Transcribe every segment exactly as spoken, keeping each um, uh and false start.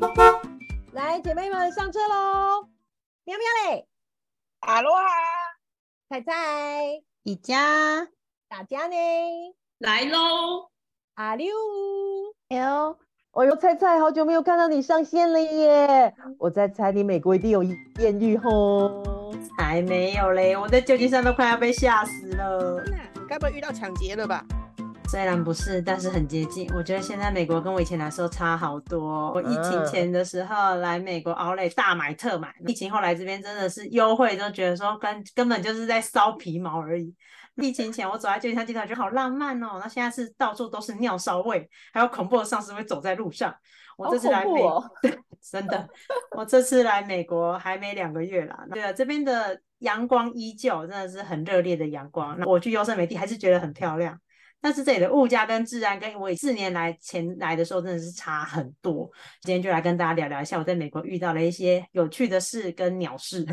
来，姐妹们上车喽！喵喵嘞， 阿罗哈， 菜菜， 宜家， 大家呢？ 来喽！ 阿六， 哟， 哎呦，菜菜，好久没有看到你上线了耶！我在猜你美国一定有艳遇吼。 才没有嘞！我在旧金山都快要被吓死了。 该不会遇到抢劫了吧？ 虽然不是，但是很接近。我觉得现在美国跟我以前来说差好多。我疫情前的时候来美国outlet大买特买，疫情后来这边真的是优惠，都觉得说根根本就是在烧皮毛而已。疫情前我走在旧金山街头觉得好浪漫哦，那现在是到处都是尿骚味，还有恐怖的丧尸会走在路上。我这次来美， 哦、 对，真的，我这次来美国还没两个月啦。对啊，这边的阳光依旧，真的是很热烈的阳光。那我去优胜美地还是觉得很漂亮。但是这里的物价跟治安跟我四年来前来的时候真的是差很多。今天就来跟大家聊聊一下我在美国遇到了一些有趣的事跟鸟事。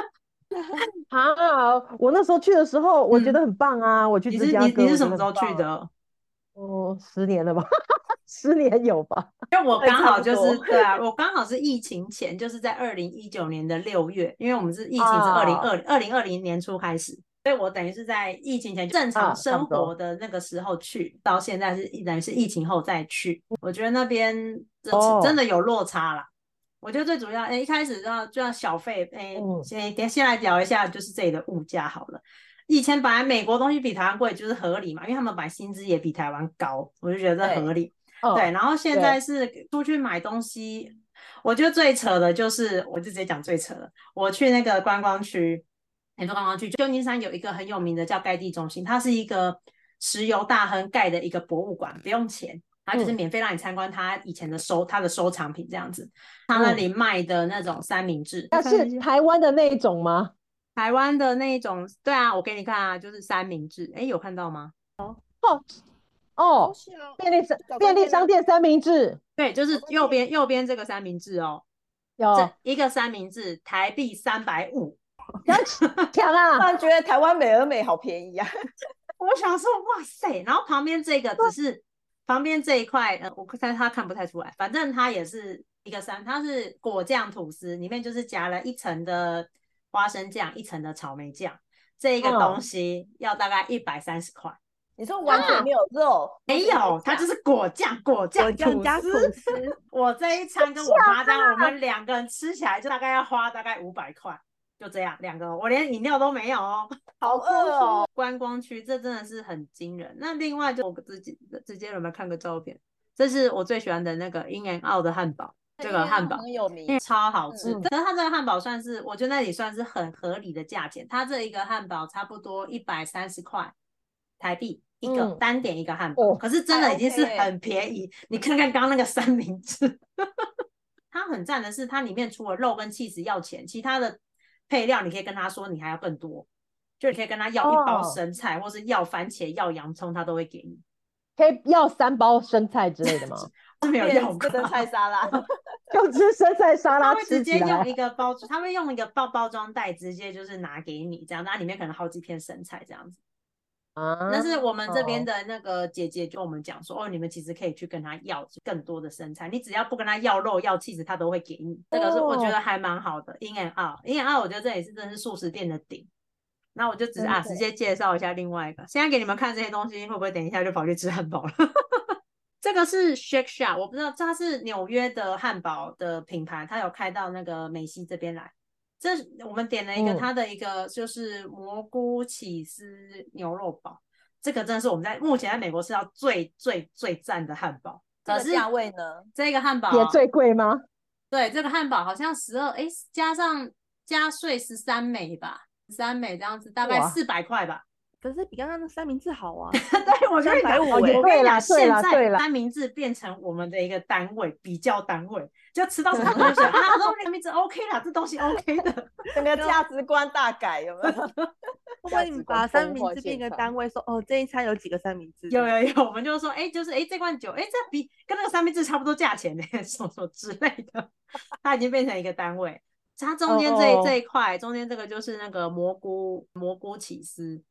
啊，我那时候去的时候，我觉得很棒啊！嗯、我去芝加哥， 你是你你是什么时候去的？ 哦，十年了吧，十年有吧？ 因为我刚好就是对啊，我刚好是疫情前，就是在二零一九年的六月，因为我们是疫情是二零二二零二零年初开始。所以我等于是在疫情前正常生活的那个时候去，啊、到现在是等于是疫情后再去。我觉得那边真的有落差啦。哦、我觉得最主要，哎，一开始就要就要小费，哎，先先先来聊一下就是这里的物价好了。以前本来美国东西比台湾贵就是合理嘛，因为他们本来薪资也比台湾高，我就觉得这合理。对，对，然后现在是出去买东西，我觉得最扯的就是，我就直接讲最扯的，我去那个观光区。很多观光区，旧金山有一个很有名的叫盖蒂中心，它是一个石油大亨盖的一个博物馆，不用钱，它就是免费让你参观他以前的收他的收藏品这样子。他那里卖的那种三明治， 那、嗯、是台湾的那一种吗？ 台湾的那一种，对啊，我给你看啊，就是三明治，哎，有看到吗？ 哦哦，便利商便利商店三明治， 对，就是右边右边这个三明治哦， 有这一个三明治台币三百五。 强啊！ 突然觉得台湾美而美好便宜啊！ 我想说，哇塞！然后旁边这个只是旁边这一块，呃，我猜他看不太出来，反正它也是一个三，它是果酱吐司，里面就是夹了一层的花生酱，一层的草莓酱。这一个东西要大概一百三十块。 你说完全没有肉？ 啊、没有，它就是果酱，果酱吐司。我这一餐跟我妈这样，我们两个人吃起来就大概要花大概五百块。就这样，两个我连饮料都没有哦， 好饿哦！ 观光区这真的是很惊人。那另外就我直接直接有没有看个照片？这是我最喜欢的那个 In and Out 的汉堡，这个汉堡很有名， 超好吃。嗯、但是它这个汉堡算是我觉得那里算是很合理的价钱，它这一个汉堡差不多一百三十块台币一个，嗯、单点一个汉堡，哦、可是真的已经是很便宜。你看看刚刚那个三明治，它很赞的是它里面除了肉跟起司要钱，其他的配料你可以跟他说你还要更多，就你可以跟他要一包生菜， oh. 或是要番茄要洋葱他都会给你， 可以要三包生菜之类的吗？ 是没有要过生菜沙拉就吃生菜沙拉， 他会直接用一个包他会用一个包包装袋直接就是拿给你这样，那里面可能好几片生菜这样子。啊，但是我们这边的那个姐姐就我们讲说，哦，你们其实可以去跟他要更多的生菜，你只要不跟他要肉要起司，他都会给你。这个是我觉得还蛮好的。In and Out，In and Out， 我觉得这也是真的是素食店的顶。那我就只啊直接介绍一下另外一个。现在给你们看这些东西，会不会等一下就跑去吃汉堡了？这个是 Shake Shack， 我不知道它是纽约的汉堡的品牌，它有开到那个美西这边来。这我们点了一个它的一个就是蘑菇起司牛肉堡，这个真的是我们在目前在美国吃到最最最赞的汉堡。 可是价位呢？ 这个汉堡也最贵吗？ 对，这个汉堡好像十二，哎，加上加税十三美吧，十三美这样子，大概四百块吧。 可是比刚刚那三明治好啊。 对，我跟你讲，我跟你讲，现在三明治变成我们的一个单位，比较单位，就吃到什么就想啊，这三明治 OK 啦，这东西 OK 的， 整个价值观大改，有没有？ 会不会你把三明治变一个单位说，哦，这一餐有几个三明治？ 有有有，我们就说，哎，就是哎，这罐酒，哎，这比跟那个三明治差不多价钱呢，什么什么之类的，它已经变成一个单位。它中间这、oh. 这一块，中间这个就是那个蘑菇蘑菇起司。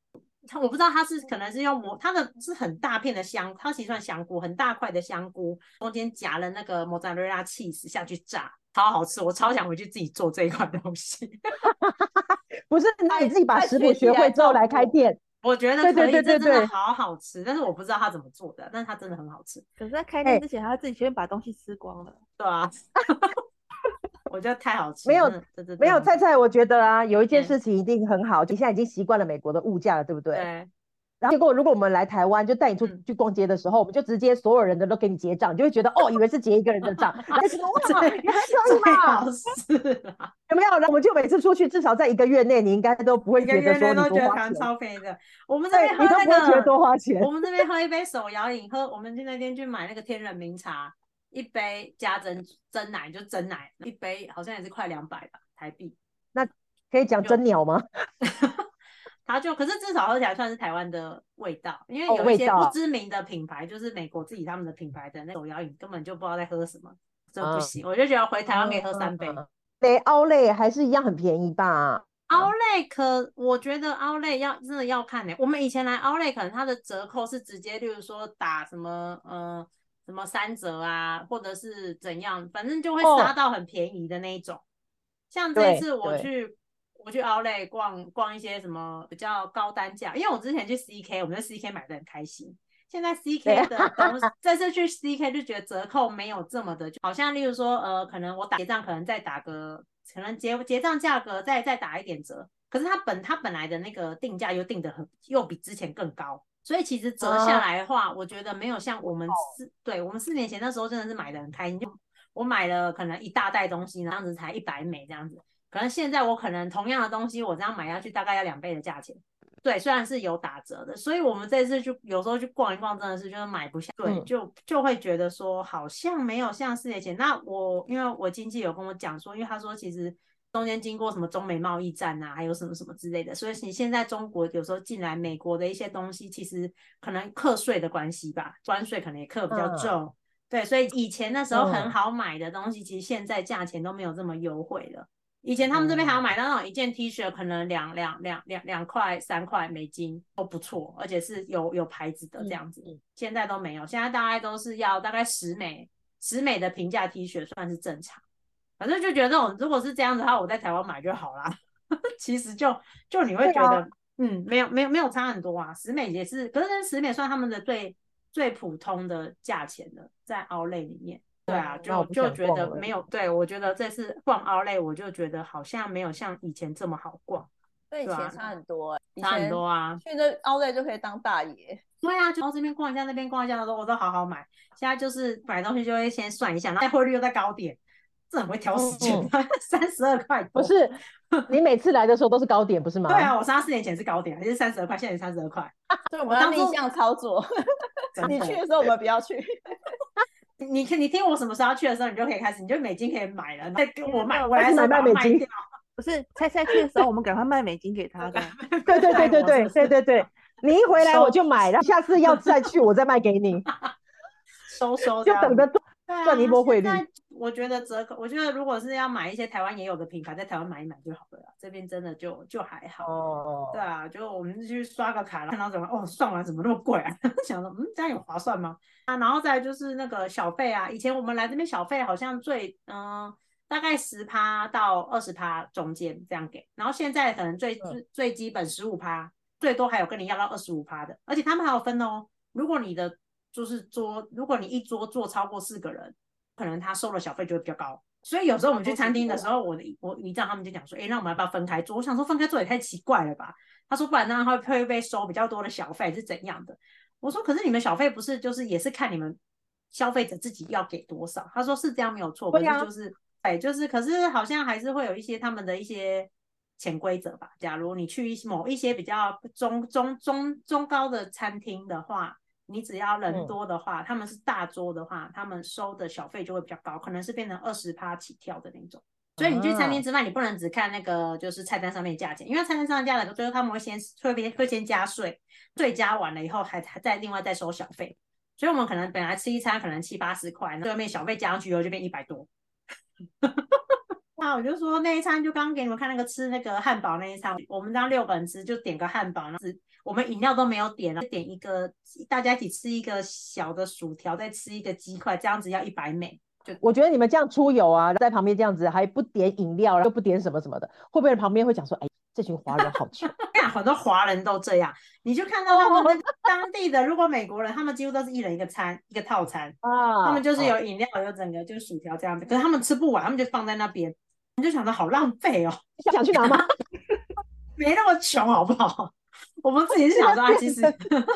它我不知道它是可能是用磨，它的是很大片的香，它其实算香菇，很大块的香菇，中间夹了那个莫扎瑞拉 cheese 下去炸，超好吃，我超想回去自己做这一款东西。 不是，那你自己把快食谱学会之后来开店。 我觉得对可以， 对对对对， 这真的好好吃，但是我不知道他怎么做的，但是它真的很好吃。 可是在开店之前，他自己先把东西吃光了。 对啊，我觉得太好吃， 没有真的真的没有，菜菜，我觉得啊，有一件嗯事情一定很好，就现在已经习惯了美国的物价了，对不对？ 对， 然后结果如果我们来台湾，就带你出嗯去逛街的时候，我们就直接所有人的都给你结账，你就会觉得哦，以为是结一个人的账，然后就说哇， 最原来可以最嘛， 好是啦， 有没有？然后我们就每次出去，至少在一个月内，你应该都不会一个觉得说你月内都觉得多花钱， 台湾超便宜的。我们这对边喝那你都不会觉得个， 多花钱。 我们这边喝一杯手摇饮，喝我们去那天去买那个天人茗茶，一杯加珍珍奶就珍奶，一杯好像也是快两百吧台币。 那可以讲真鸟吗？ 它就可是至少喝起来算是台湾的味道，因为哦有一些味道不知名的品牌，就是美国自己他们的品牌的那手摇饮，根本就不知道在喝什么，真的不行。我就觉得回台湾可以喝三杯。 对，奥莱还是一样很便宜吧？ 奥莱可我觉得奥莱要真的要看呢、欸。我们以前来奥莱，可能它的折扣是直接，例如说打什么呃什么三折啊，或者是怎样，反正就会杀到很便宜的那一种。像这一次我去。我去 Outlet 逛逛一些什么比较高单价，因为我之前去 C K， 我们在 C K 买的很开心。现在 C K 的东西，这次去 C K 就觉得折扣没有这么的，好像例如说呃，可能我打结账可能再打个，可能结结账价格再再打一点折，可是它本它本来的那个定价又定的很，又比之前更高，所以其实折下来的话，uh, 我觉得没有像我们四，对我们四年前那时候真的是买的很开心，就我买了可能一大袋东西，这样子才一百美这样子。可能现在我可能同样的东西，我这样买下去大概要两倍的价钱。对，虽然是有打折的，所以我们这次就有时候去逛一逛，真的是就是买不下。对， 嗯、 就就会觉得说好像没有像四年前。那我因为我经纪有跟我讲说，因为他说其实中间经过什么中美贸易战啊，还有什么什么之类的，所以你现在中国有时候进来美国的一些东西，其实可能课税的关系吧，关税可能也课比较重。嗯、对，所以以前那时候很好买的东西，嗯、其实现在价钱都没有这么优惠了。以前他们这边还要买到那种一件 T 恤，可能两两两两两块三块美金都不错，而且是有有牌子的这样子。嗯、现在都没有，现在大概都是要大概十美十美的平价 T 恤算是正常。反正就觉得这种如果是这样子的话，我在台湾买就好啦。其实就就你会觉得，啊、嗯，没有没有没有差很多啊。十美也是，可是十美算他们的最最普通的价钱的，在 Outlet 里面。对啊，就就觉得没有，对我觉得这次逛 Outlet， 我就觉得好像没有像以前这么好逛。 对，以前差很多、欸， 差很多啊。 去那 Outlet 就可以当大爷。 对啊，就到这边逛一下，那边逛一下的时候，我都好好买。现在就是买东西就会先算一下，然后汇率又在高点，这很会挑时间，三十二块多。 不是，你每次来的时候都是高点，不是吗？ 对啊，我三四年前是高点，还是三十二块，现在三十二块。 所以我们要逆向操作。你去的时候我们不要去。 你你听我什么时候要去的时候，你就可以开始，你就美金可以买了，再跟我买，我来买卖美金。 不是菜菜去的时候，我们赶快卖美金给他的。 对对对对对对对对，你一回来我就买，然后下次要再去我再卖给你。 收收就等着赚一波汇率。 我觉得折扣，我觉得如果是要买一些台湾也有的品牌，在台湾买一买就好了啦，这边真的就就还好。哦，对啊，就我们去刷个卡，看到怎么哦，算完怎么那么贵啊？想说嗯，这样有划算吗？啊，然后再来就是那个小费啊，以前我们来这边小费好像最嗯、呃、大概十趴到二十趴中间这样给，然后现在可能最、嗯、最最基本十五趴，最多还有跟你要到二十五趴的，而且他们还有分哦，如果你的就是桌，如果你一桌坐超过四个人。可能他收的小费就会比较高，所以有时候我们去餐厅的时候，我我姨丈他们就讲说，哎，那我们要不要分开做？我想说分开做也太奇怪了吧？他说不然那样会会被收比较多的小费是怎样的？我说可是你们小费不是就是也是看你们消费者自己要给多少？他说是这样没有错，可是就是对，就是可是好像还是会有一些他们的一些潜规则吧。假如你去某一些比较中中中中高的餐厅的话。你只要人多的话、嗯、他们是大桌的话，他们收的小费就会比较高，可能是变成 百分之二十 起跳的那种。所以你去餐厅吃饭，你不能只看那个就是菜单上面的价钱，因为菜单上的价钱最后他们会先会会先加税，税加完了以后还还再另外再收小费。所以我们可能本来吃一餐可能七八十块，最后面小费加上去以后就变一百多。那我就说那一餐就刚刚给你们看那个吃那个汉堡那一餐，我们这样六个人吃就点个汉堡，然后我们饮料都没有点，点一个大家一起吃一个小的薯条，再吃一个鸡块，这样子要一百美。 我觉得你们这样出游啊，在旁边这样子还不点饮料，又不点什么什么的，会不会旁边会讲说，哎，这群华人好穷？ 很多华人都这样，你就看到他们那个当地的，如果美国人，他们几乎都是一人一个餐，一个套餐， 啊， 他们就是有饮料，有整个就是薯条这样子，可是他们吃不完，他们就放在那边，你就想着好浪费哦。 想去拿吗？ 没那么穷好不好？我们自己是想说啊，其实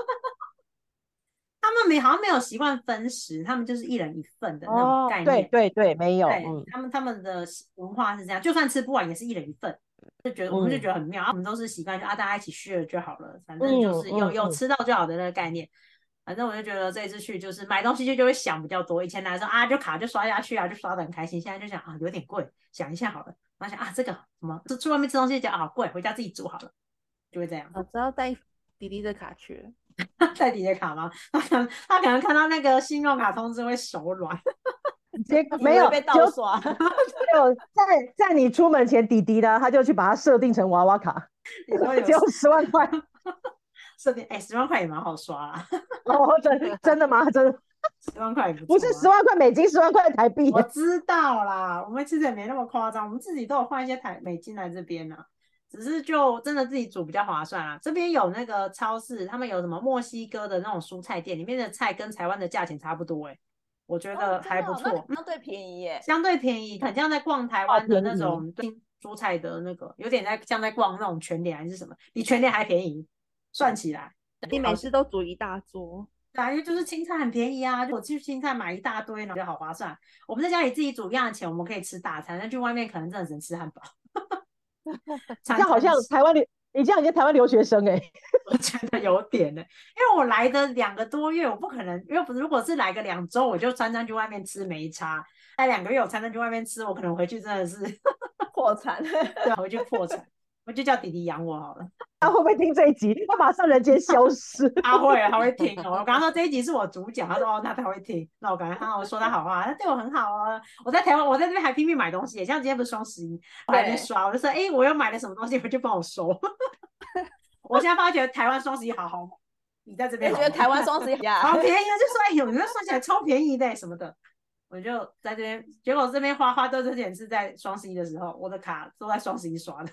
他们没好像没有习惯分食，他们就是一人一份的那种概念。 哦、对对对，没有。 对， 嗯， 他们他们的文化是这样，就算吃不完也是一人一份，就觉得、嗯、我们就觉得很妙。我们都是习惯就啊，大家一起 share 就好了，反正就是有、嗯、有吃到就好的那个概念。反正我就觉得这一次去就是买东西就就会想比较多。以前来说啊，就卡就刷下去啊，就刷得很开心。现在就想啊，有点贵，想一下好了。然后想啊，这个什么去外面吃东西就啊贵，回家自己煮好了，就会这样。 我知道带弟弟的卡去了。 带弟弟的卡吗？他可能他可能看到那个信用卡通知会手软。 结果没有被盗刷， 就在在你出门前，弟弟呢他就去把它设定成娃娃卡，只有十万块。 设定哎，十万块也蛮好刷啦。 哦，真真的吗？真的。 十万块也不错、啊、 不是十万块美金，十万块台币。 我知道啦，我们其实也没那么夸张，我们自己都有换一些台美金来这边啊，只是就真的自己煮比较划算啊。这边有那个超市，他们有什么墨西哥的那种蔬菜店，里面的菜跟台湾的价钱差不多哎、欸，我觉得还不错、 哦哦、相对便宜耶， 相对便宜，很像在逛台湾的那种蔬菜的那个，有点在像在逛那种全联还是什么，比全联还便宜，算起来。 你每次都煮一大桌。 对啊，因为就是青菜很便宜啊，就我去青菜买一大堆，然后觉得好划算。我们在家里自己煮一样的钱，我们可以吃大餐，但去外面可能真的只能吃汉堡。 这样好像台湾留，你这样像台湾留学生哎、欸， 我觉得有点呢、欸，因为我来的两个多月，我不可能，因为如果是来个两周，我就餐餐去外面吃没差。来两个月，我餐餐去外面吃，我可能回去真的是破产， 对，回去破产。我就叫弟弟养我好了。 他会不会听这一集？他马上人间消失。 他会，他会听哦。我刚刚说这一集是我主讲，他说哦，那他会听。那我感觉他我说他好话，他对我很好哦。我在台湾，我在这边还拼命买东西，像今天不是双十一，我还没刷，我就说哎、欸，我又买了什么东西，回去帮我收。我现在发觉台湾双十一好好买，你在这边我觉得台湾双十一好便宜啊，就说哎呦，你那算起来超便宜的什么的。我就在这边，结果这边花花都这点是在双十一的时候，我的卡都在双十一刷的。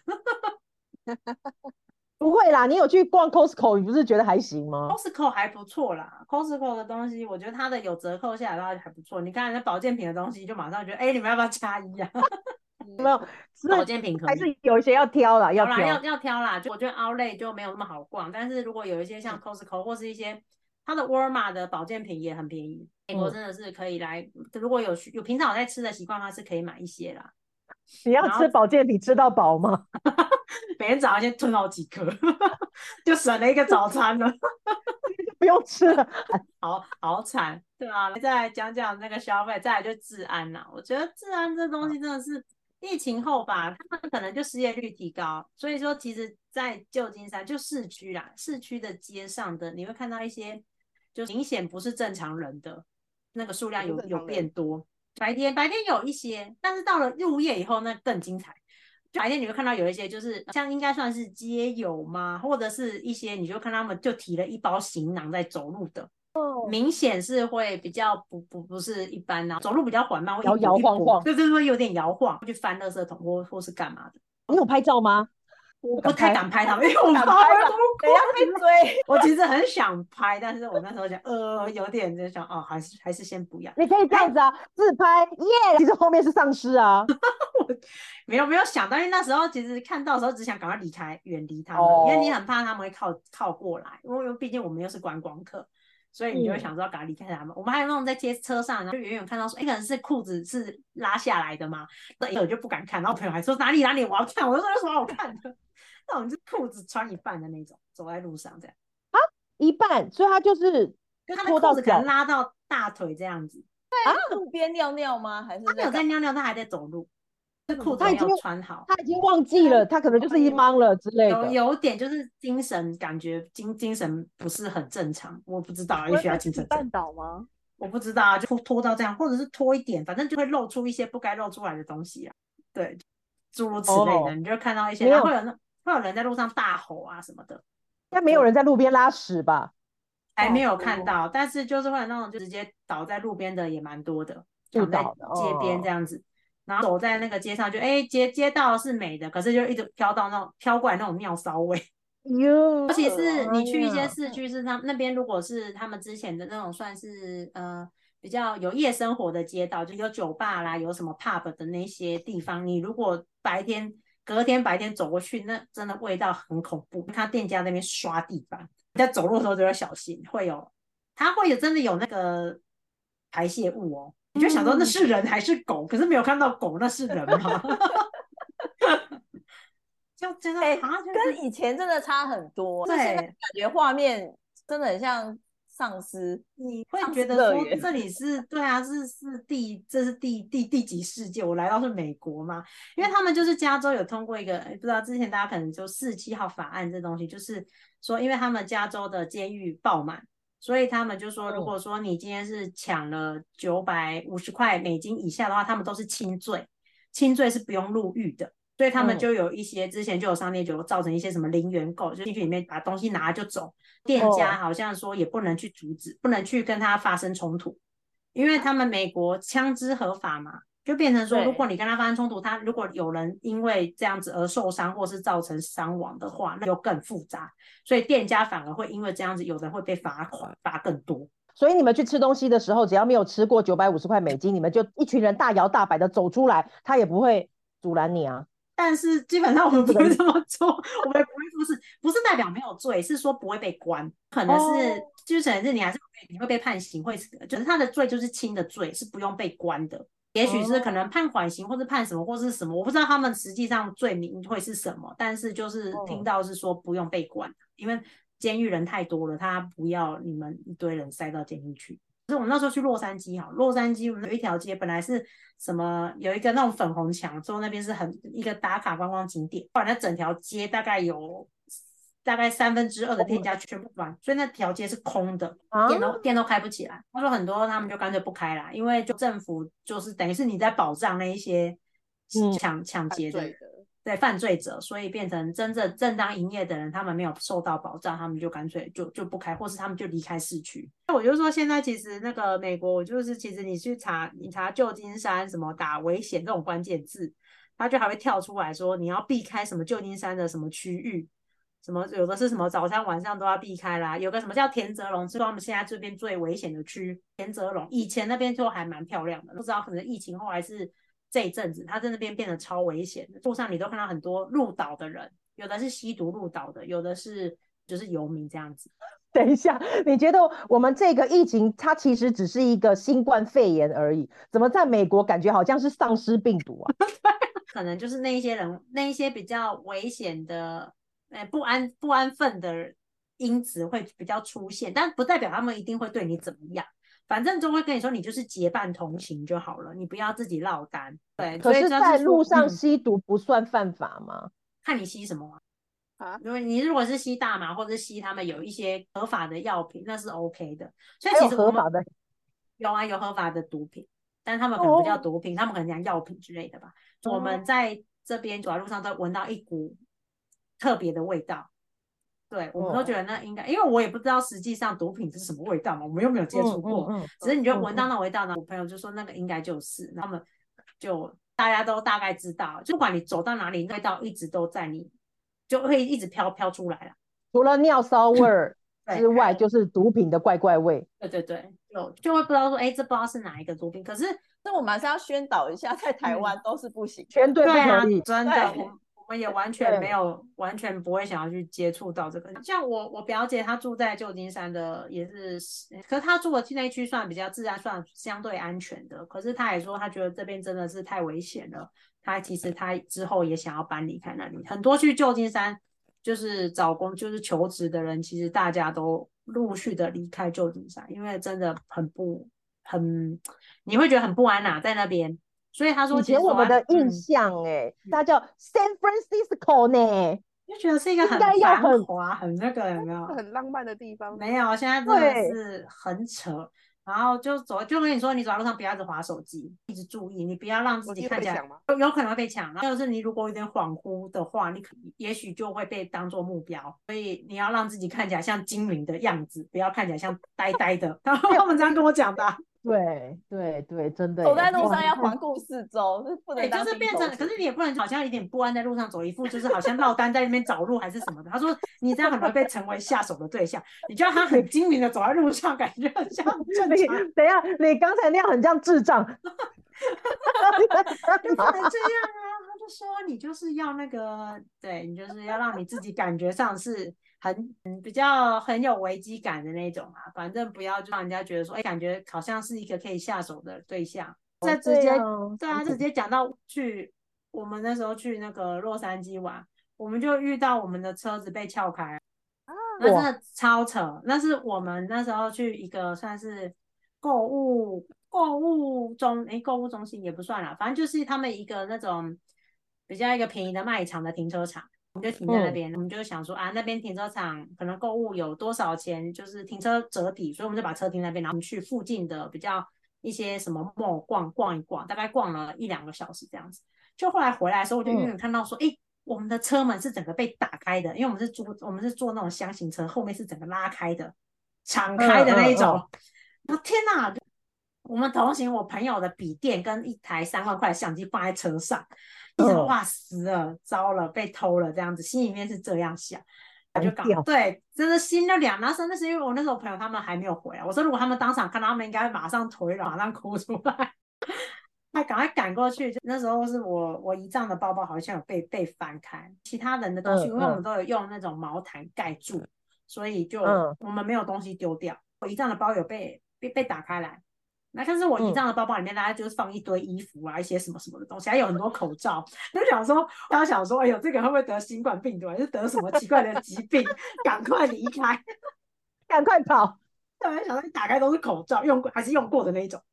不会啦，你有去逛 Costco， 你不是觉得还行吗 ？Costco 还不错啦 ，Costco 的东西我觉得它的有折扣下来的话还不错。你看那保健品的东西，就马上觉得哎、欸，你们要不要加一啊？ 没有， 保健品可以还是有一些要挑啦，要挑要要挑啦。就我觉得 Outlet 就没有那么好逛，但是如果有一些像 Costco 或是一些它的 Walmart 的保健品也很便宜。美国真的是可以来，嗯、如果有有平常有在吃的习惯的话，是可以买一些啦。 你要吃保健品吃到饱吗？ 每天早上先吞好几颗，就省了一个早餐了。 不用吃了， 好好惨，对啊。再来讲讲那个消费，再来就治安啦。我觉得治安这东西真的是疫情后吧，他们可能就失业率提高，所以说其实，在旧金山就市区啦，市区的街上的你会看到一些，就明显不是正常人的那个数量有有变多。白天白天有一些，但是到了入夜以后，那更精彩。白天你会看到有一些就是像应该算是街友吗，或者是一些你就看他们就提了一包行囊在走路的，哦、明显是会比较不不不是一般啊，走路比较缓慢，会摇摇晃晃， 对对对，有点摇晃，去翻垃圾桶或或是干嘛的。 你有拍照吗？ 我不太敢拍他们，因为我怕等一下被追。 我其实很想拍，但是我那时候想，呃，有点就想，哦，还是还是先不要。 你可以这样子啊，自拍耶，其实后面是丧尸啊。 我没有没有想到，因为那时候其实看到的时候只想赶快离开，远离他们， 哦、 因为你很怕他们会靠靠过来，因为毕竟我们又是观光客。所以你就会想说要赶快离开他们、嗯。我们还有那种在街车上，然后就远远看到说，哎、欸，可能是裤子是拉下来的嘛，那我就不敢看。然后朋友还说哪里哪里我要看，我就说有什么好看的？那种就裤子穿一半的那种，走在路上这样啊，一半，所以他就是就他的裤子可能拉到大腿这样子。 对啊，路边尿尿吗？还是他没有在尿尿，他还在走路。这裤子没有穿好， 他已经忘记了，他可能就是一懵了之类的。 有有点就是精神感觉精精神不是很正常，我不知道，也许要精神绊倒吗？ 我不知道啊，就拖到这样，或者是拖一点，反正就会露出一些不该露出来的东西啊。对，诸如此类的，哦、你就看到一些，然后会有会有人在路上大吼啊什么的。 应该没有人在路边拉屎吧？ 还没有看到，但是就是会有那种就直接倒在路边的也蛮多的，躺在街边这样子，哦、然后走在那个街上就哎街街道是美的，可是就一直飘到那种飘过来那种尿骚味。 尤其是你去一些市区，是他们那边如果是他们之前的那种算是呃比较有夜生活的街道，就有酒吧啦，有什么 pub 的那些地方，你如果白天隔天白天走过去，那真的味道很恐怖。看店家那边刷地板，你在走路的时候都要小心，会有它会有真的有那个排泄物哦，你就想说那是人还是狗，可是没有看到狗，那是人吗？就真的、欸、 啊，跟以前真的差很多。对，现在感觉画面真的很像丧尸， 你会觉得说这里是对啊，是是第这是第第第几世界？我来到是美国嘛？因为他们就是加州有通过一个，不知道之前大家可能就四七号法案这东西，就是说，因为他们加州的监狱爆满，所以他们就说，如果说你今天是抢了九百五十块美金以下的话，他们都是轻罪，轻罪是不用入狱的。所以他们就有一些、嗯、之前就有商店就造成一些什么零元购，就进去里面把东西拿就走，店家好像说也不能去阻止，哦、不能去跟他发生冲突，因为他们美国枪支合法嘛，就变成说如果你跟他发生冲突，他如果有人因为这样子而受伤或是造成伤亡的话，那就更复杂，所以店家反而会因为这样子，有人会被罚款罚更多。 所以你们去吃东西的时候，只要没有吃过九百五十块美金，你们就一群人大摇大摆的走出来，他也不会阻拦你啊。 但是基本上我们不会这么做，我们不会不是不是代表没有罪，是说不会被关，可能是、哦、就是可能是你还是你会被判刑，会就是他的罪就是轻的罪，是不用被关的。也许是可能判缓刑或是判什么或是什么，我不知道他们实际上罪名会是什么，但是就是听到是说不用被关的，因为监狱人太多了，他不要你们一堆人塞到监狱去。可是我们那时候去洛杉矶，哈，洛杉矶我们有一条街本来是什么有一个那种粉红墙，之后那边是很一个打卡观光景点，后来那整条街大概有大概三分之二的店家全部关，所以那条街是空的，啊、店都店都开不起来。他说很多他们就干脆不开啦，因为就政府就是等于是你在保障那一些抢抢、嗯、劫的人。对犯罪者，所以变成真正正当营业的人，他们没有受到保障，他们就干脆就就不开，或是他们就离开市区。我就说现在其实那个美国，我就是其实你去查，你查旧金山什么打危险这种关键字，他就还会跳出来说你要避开什么旧金山的什么区域，什么有的是什么早餐晚上都要避开啦，有个什么叫田泽龙，是他们现在这边最危险的区。田泽龙以前那边就还蛮漂亮的，不知道可能疫情后来是。这一阵子他在那边变得超危险的，路上你都看到很多入岛的人，有的是吸毒入岛的，有的是就是游民这样子。 等一下，你觉得我们这个疫情它其实只是一个新冠肺炎而已，怎么在美国感觉好像是丧尸病毒啊？ 可能就是那一些人，那一些比较危险的、呃、不安不安分的因子会比较出现，但不代表他们一定会对你怎么样。反正就会跟你说，你就是结伴同行就好了，你不要自己落单。对， 可是在路上吸毒不算犯法吗？嗯、 看你吸什么啊？因为你如果是吸大麻或者是吸他们有一些合法的药品，那是 OK 的。所以其实我们有合法的有啊，有合法的毒品，但他们可能不叫毒品，哦、他们可能讲药品之类的吧。哦、我们在这边走在路上都闻到一股特别的味道。对，我们都觉得那应该，因为我也不知道实际上毒品是什么味道嘛，我们又没有接触过，嗯嗯嗯、只是你就闻到那味道呢。嗯嗯、我朋友就说那个应该就是，然后他们就大家都大概知道，就不管你走到哪里，味道一直都在你，就会一直飘飘出来了。 除了尿骚味儿之外，就是毒品的怪怪味。 对对对，就就会不知道说，哎，这不知道是哪一个毒品。可是， 那我们还是要宣导一下，在台湾都是不行， 绝对不可以， 啊、真的。我们也完全没有，完全不会想要去接触到这个。像我，我表姐她住在旧金山的，也是，可是她住的那一区算比较治安算相对安全的。可是她也说，她觉得这边真的是太危险了。她其实她之后也想要搬离开那里。很多去旧金山就是找工，就是求职的人，其实大家都陆续的离开旧金山，因为真的很不很，你会觉得很不安呐、啊，在那边。所以他说， 以前我们的印象、欸，哎、嗯，它叫 San Francisco 呢， 就觉得是一个很繁华、很那个，有没有？ 很浪漫的地方。 没有，现在真的是很扯。 然后就走，就跟你说，你走在路上不要一直滑手机，一直注意，你不要让自己看起来有有可能会被抢。然后就是你如果有点恍惚的话，你可也许就会被当作目标，所以你要让自己看起来像精明的样子，不要看起来像呆呆的。然后他们这样跟我讲的、啊。 对对对，真的。 走在路上要环顾四周，不能对，就是变成，可是你也不能好像有点不安在路上走，一副就是好像落单在那边找路还是什么的。他说你这样很容易被成为下手的对象，你就要他很精明的走在路上，感觉很像正常。 等一下，你刚才那样很像智障。 你不能这样啊！他就说你就是要那个，对你就是要让你自己感觉上是很比较很有危机感的那种啊，反正不要就让人家觉得说，哎，感觉好像是一个可以下手的对象。再直接、哦、对啊，直接讲到去我们那时候去那个洛杉矶玩，我们就遇到我们的车子被撬开，那真的超扯。那是我们那时候去一个算是购物购物中，哎，购物中心也不算啦，反正就是他们一个那种比较一个便宜的卖场的停车场。我们就停在那边、嗯，我们就想说啊，那边停车场可能购物有多少钱，就是停车折抵，所以我们就把车停在那边，然后我们去附近的比较一些什么 mall 逛逛一逛，大概逛了一两个小时这样子。就后来回来的时候，我就远远看到说，哎、嗯，我们的车门是整个被打开的，因为我们是租我们是坐那种箱型车，后面是整个拉开的，敞开的那一种。我、嗯嗯、天哪！我们同行我朋友的笔电跟一台三万块的相机放在车上。一直哇死了，糟了，被偷了这样子，心里面是这样想，我就搞对，真的心就凉。然后那是因为我那时候朋友他们还没有回来，我说如果他们当场看到，他们应该马上腿软，马上哭出来，还赶快赶过去。就那时候是我我姨丈的包包好像有被被翻开，其他人的东西，嗯、因为我们都有用那种毛毯盖住，所以就、嗯、我们没有东西丢掉。我姨丈的包有被被被打开来。那但是我姨丈的包包里面大概就是放一堆衣服啊，一些什么什么的东西，还有很多口罩。就想说，他想说，哎呦，这个会不会得新冠病毒，还是得什么奇怪的疾病？赶快离开， 赶快跑！ 对，想说你打开都是口罩，用过还是用过的那一种，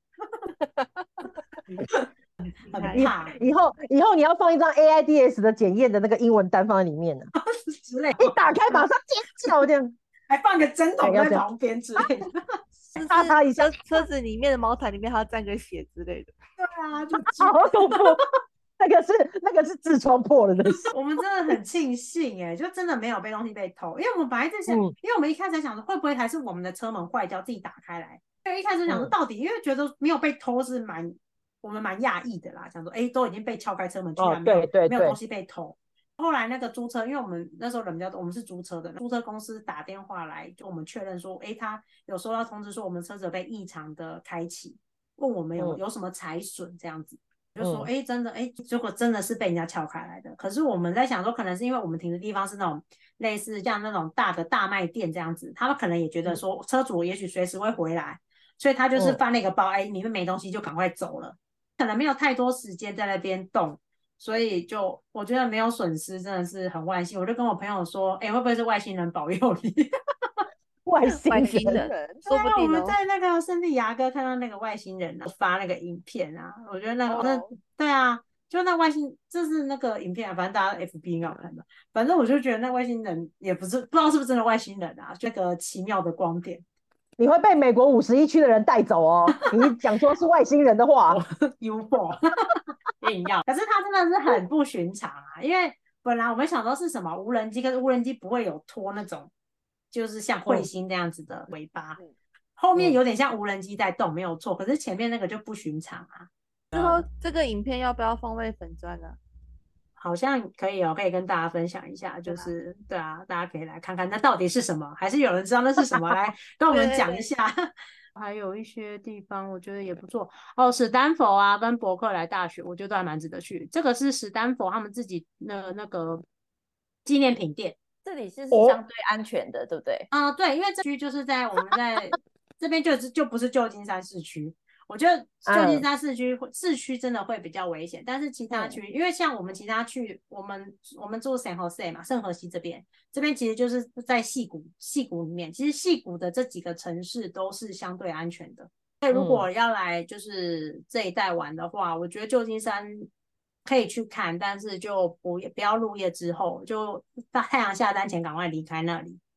很怕。 以后以后你要放一张 A I D S 的检验的那个英文单放在里面呢、啊， 之类。 一打开马上尖叫这样， 还放个针筒在旁边之类的。 哈哈一下，车子里面的毛毯里面还要沾个血之类的。 对啊，就好恐怖。那个是那个是痔疮破了的事。 我们真的很庆幸哎，就真的没有被东西被偷，因为我们本来在想、嗯，因为我们一开始想说会不会还是我们的车门坏掉自己打开来，因为一开始想说到底，嗯、因为觉得没有被偷是蛮我们蛮讶异的啦，想说哎都已经被撬开车门，居然没有、哦、对对对没有东西被偷。后来那个租车，因为我们那时候人比较多，我们是租车的，租车公司打电话来，就我们确认说，哎，他有收到通知说我们车子有被异常的开启，问我们有、嗯、有什么财损这样子，就说，哎、嗯，真的，哎，结果真的是被人家撬开来的。可是我们在想说，可能是因为我们停的地方是那种类似像那种大的大卖店这样子，他们可能也觉得说车主也许随时会回来，所以他就是翻那个包，哎、嗯，里面没东西就赶快走了，可能没有太多时间在那边动。所以就我觉得没有损失，真的是很万幸。我就跟我朋友说，哎、欸，会不会是外星人保佑你？ 外星人， 星人说不定、哦、 我们在那个圣地牙哥看到那个外星人、啊、发那个影片啊，我觉得那个、oh. 那对啊，就那外星，这是那个影片啊，反正大家 F B 应该有看到。反正我就觉得那外星人也不是不知道是不是真的外星人啊，就那个奇妙的光点。 你会被美国五十一区的人带走哦！你讲说是外星人的话 ，U F O 硬要，可是它真的是很不寻常啊！因为本来我们想说是什么无人机，可是无人机不会有拖那种，就是像彗星那样子的尾巴，嗯、后面有点像无人机在动，没有错。可是前面那个就不寻常啊。 之后这个影片要不要放在粉专呢？ 好像可以哦，可以跟大家分享一下，就是对啊，大家可以来看看那到底是什么，还是有人知道那是什么，来跟我们讲一下。还有一些地方我觉得也不错哦，史丹佛啊，跟伯克莱大学，我觉得都还蛮值得去。这个是史丹佛他们自己的那个纪念品店， 这里是相对安全的，哦、对不对？ 啊、呃，对，因为这区就是在我们在这边就就不是旧金山市区。我觉得旧金山市区、嗯、市区真的会比较危险，但是其他区、嗯，因为像我们其他区，我们我们住 San Jose 嘛，圣荷西这边，这边其实就是在矽谷，矽谷里面，其实矽谷的这几个城市都是相对安全的。所以如果要来就是这一带玩的话，嗯、我觉得旧金山可以去看，但是就不不要入夜之后，就到太阳下山前赶快离开那里。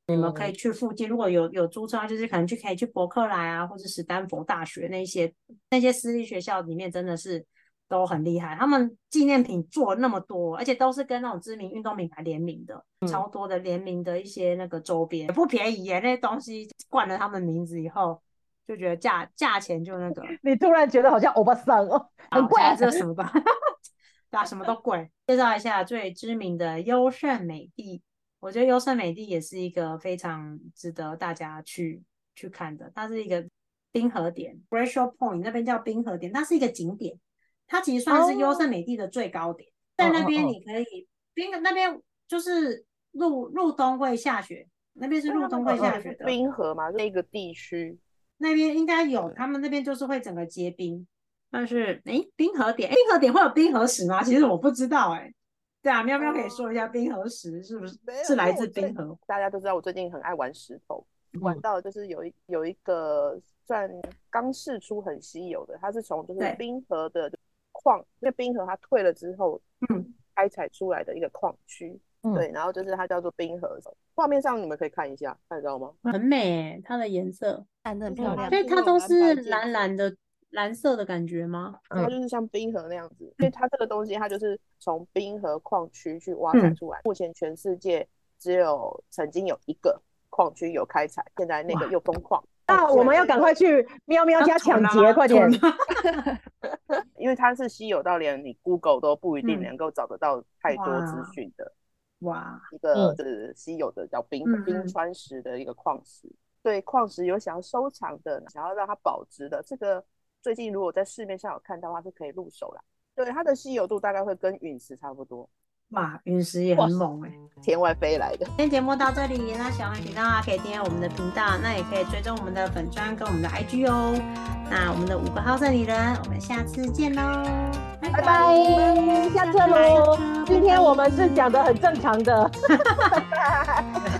你们可以去附近，如果有有租车，就是可能去可以去伯克莱啊，或是史丹佛大学那些那些私立学校里面，真的是都很厉害。他们纪念品做了那么多，而且都是跟那种知名运动品牌联名的，嗯、超多的联名的一些那个周边，也不便宜耶。那些东西冠了他们名字以后，就觉得价价钱就那个。 你突然觉得好像欧巴桑哦，很贵， 这什么都对啊，什么都贵。介绍一下最知名的优胜美地。我觉得优胜美地也是一个非常值得大家去去看的，它是一个冰河点 Glacial Point 那边叫冰河点，它是一个景点，它其实算是优胜美地的最高点，在、oh. 那边你可以冰那边就是入入冬会下雪，那边是入冬会下雪的冰河嘛，那个地区那边应该有，他们那边就是会整个结冰，但是哎冰河点，冰河点会有冰河石吗？其实我不知道哎、欸。对啊，喵喵可以说一下冰河石是不是、嗯、是来自冰河？ 大家都知道我最近很爱玩石头，玩到就是有一有一个算刚释出很稀有的，它是从就是冰河的矿，因为冰河它退了之后，嗯，开采出来的一个矿区、嗯，对，然后就是它叫做冰河。画面上你们可以看一下，看得到吗？ 很美诶，它的颜色看得很漂亮， 所以它都是蓝蓝的。蓝色的感觉吗？ 它就是像冰河那样子，因为它这个东西它就是从冰河矿区去挖采出来、嗯、目前全世界只有曾经有一个矿区有开采，现在那个又封矿。 那我们要赶快去喵喵家抢劫，快点！ 因为它是稀有到连你 Google 都不一定能够找得到太多资讯的， 哇， 一个就是稀有的叫冰、嗯、冰川石的一个矿石。对矿石有想要收藏的，想要让它保值的，这个最近如果在市面上有看到的话是可以入手啦。对，它的稀有度大概会跟陨石差不多。 哇，陨石也很猛哎、欸， 天外飞来的。 今天节目到这里，那喜欢频道啊，可以订阅我们的频道，那也可以追踪我们的粉专跟我们的 I G 哦。那我们的五个好色女人，我们下次见喽， 拜拜，拜拜下次喽。今天我们是讲的很正常的。